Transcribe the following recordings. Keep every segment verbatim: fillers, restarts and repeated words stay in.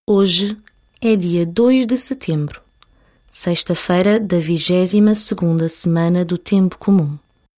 Hoje é dia dois de setembro, sexta-feira da vigésima segunda semana do Tempo Comum.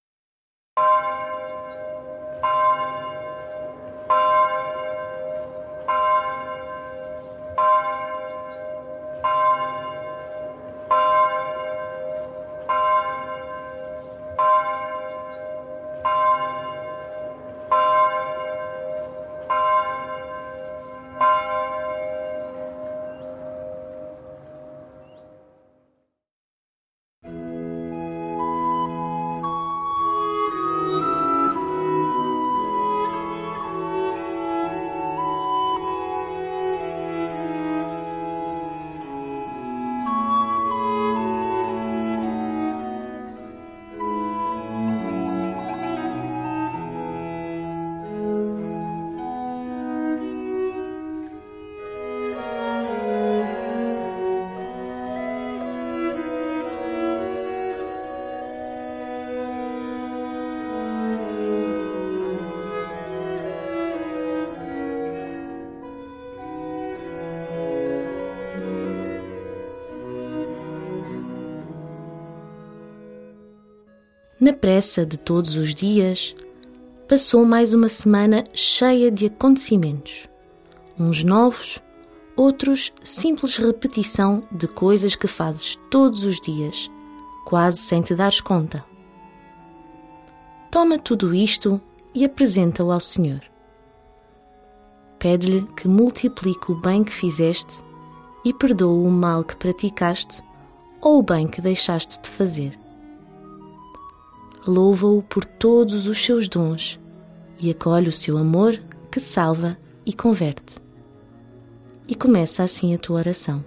Na pressa de todos os dias, passou mais uma semana cheia de acontecimentos. Uns novos, outros simples repetição de coisas que fazes todos os dias, quase sem te dares conta. Toma tudo isto e apresenta-o ao Senhor. Pede-lhe que multiplique o bem que fizeste e perdoe o mal que praticaste ou o bem que deixaste de fazer. Louva-o por todos os seus dons e acolhe o seu amor que salva e converte. E começa assim a tua oração.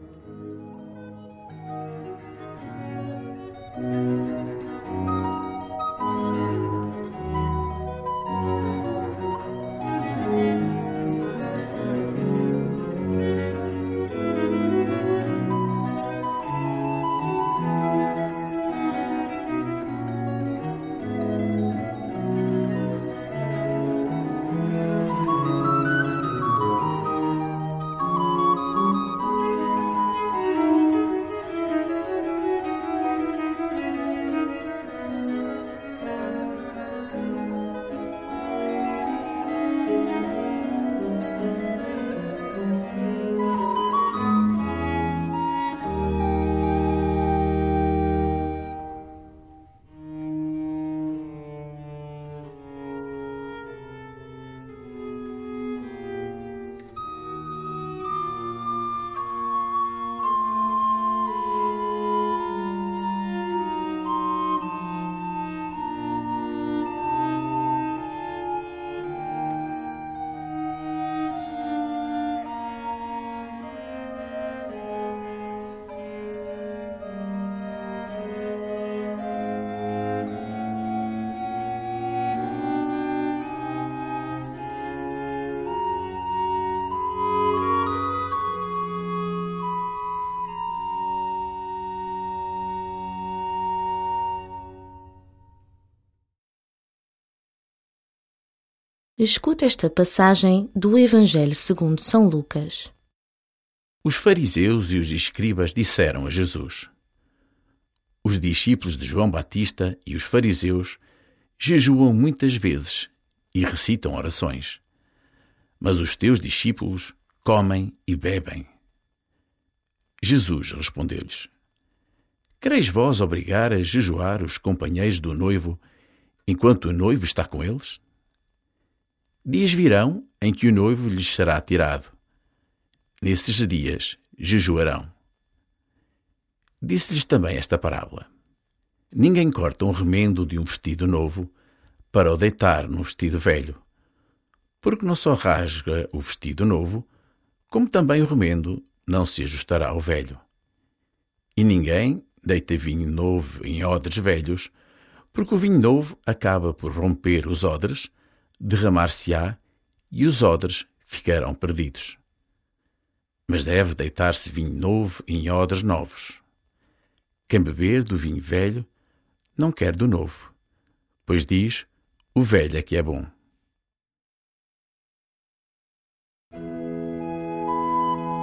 Escuta esta passagem do Evangelho segundo São Lucas. Os fariseus e os escribas disseram a Jesus: Os discípulos de João Batista e os fariseus jejuam muitas vezes e recitam orações, mas os teus discípulos comem e bebem. Jesus respondeu-lhes: Quereis vós obrigar a jejuar os companheiros do noivo enquanto o noivo está com eles? Dias virão em que o noivo lhes será tirado. Nesses dias jejuarão. Disse-lhes também esta parábola: Ninguém corta um remendo de um vestido novo para o deitar num vestido velho, porque não só rasga o vestido novo, como também o remendo não se ajustará ao velho. E ninguém deita vinho novo em odres velhos, porque o vinho novo acaba por romper os odres, derramar-se-á e os odres ficarão perdidos. Mas deve deitar-se vinho novo em odres novos. Quem beber do vinho velho não quer do novo, pois diz: o velho é que é bom.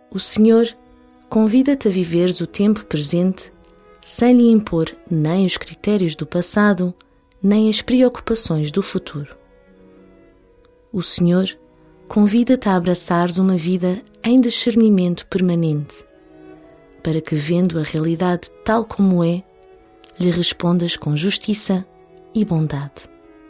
O Senhor convida-te a viveres o tempo presente sem lhe impor nem os critérios do passado, nem as preocupações do futuro. O Senhor convida-te a abraçares uma vida em discernimento permanente, para que, vendo a realidade tal como é, lhe respondas com justiça e bondade.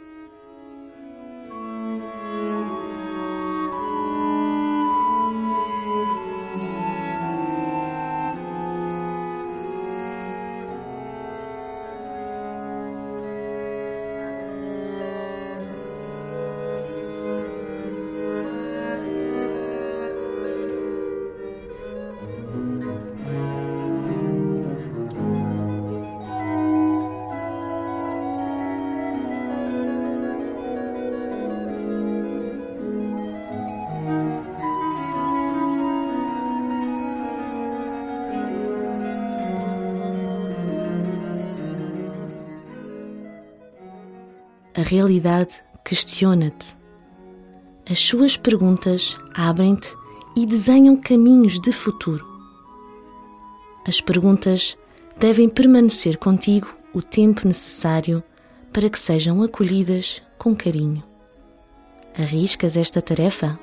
A realidade questiona-te. As suas perguntas abrem-te e desenham caminhos de futuro. As perguntas devem permanecer contigo o tempo necessário para que sejam acolhidas com carinho. Arriscas esta tarefa?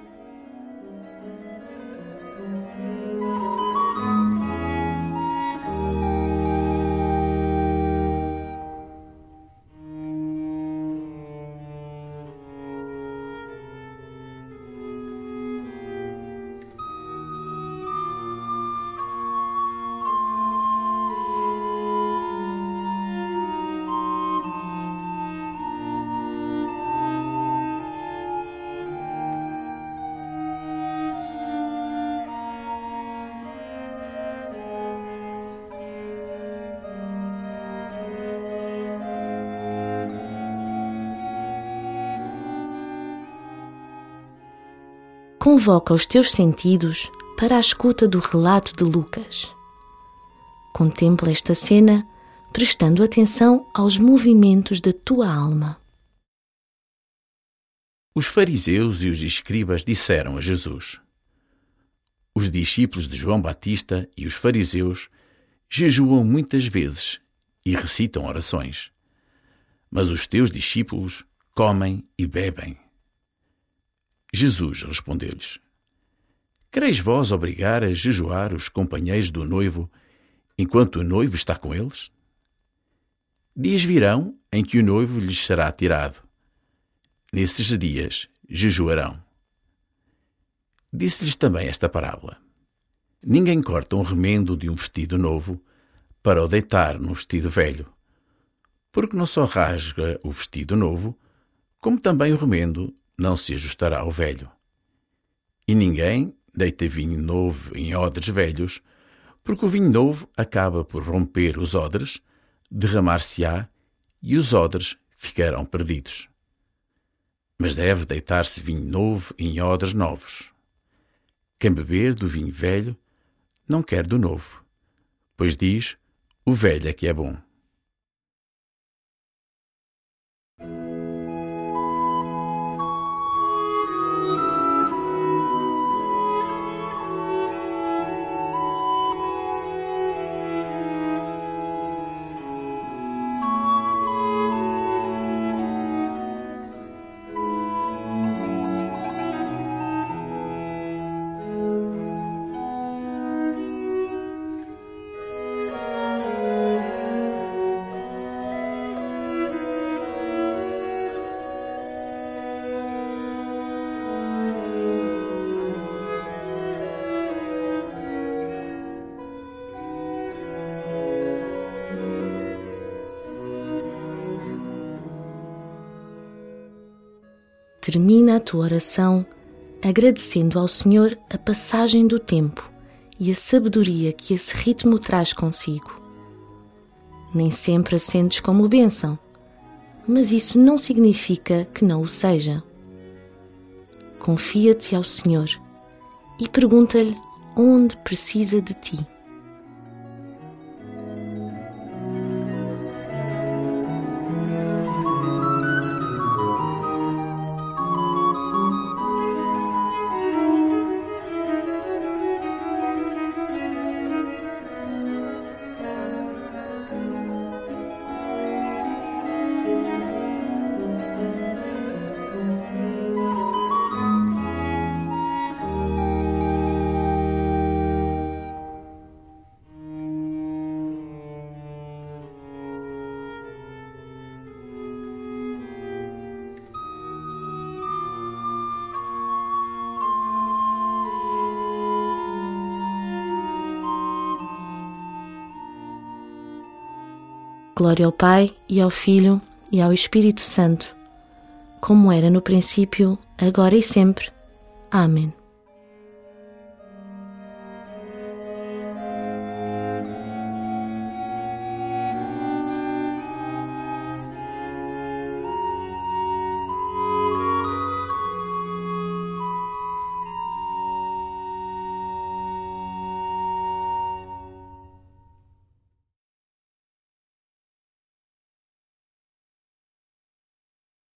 Convoca os teus sentidos para a escuta do relato de Lucas. Contempla esta cena, prestando atenção aos movimentos da tua alma. Os fariseus e os escribas disseram a Jesus: os discípulos de João Batista e os fariseus jejuam muitas vezes e recitam orações, mas os teus discípulos comem e bebem. Jesus respondeu-lhes: quereis vós obrigar a jejuar os companheiros do noivo enquanto o noivo está com eles? Dias virão em que o noivo lhes será tirado. Nesses dias jejuarão. Disse-lhes também esta parábola: ninguém corta um remendo de um vestido novo para o deitar num vestido velho, porque não só rasga o vestido novo, como também o remendo não se ajustará ao velho. E ninguém deita vinho novo em odres velhos, porque o vinho novo acaba por romper os odres, derramar-se-á e os odres ficarão perdidos. Mas deve deitar-se vinho novo em odres novos. Quem beber do vinho velho não quer do novo, pois diz: o velho é que é bom. Termina a tua oração agradecendo ao Senhor a passagem do tempo e a sabedoria que esse ritmo traz consigo. Nem sempre a sentes como bênção, mas isso não significa que não o seja. Confia-te ao Senhor e pergunta-lhe onde precisa de ti. Glória ao Pai, e ao Filho, e ao Espírito Santo, como era no princípio, agora e sempre. Amém.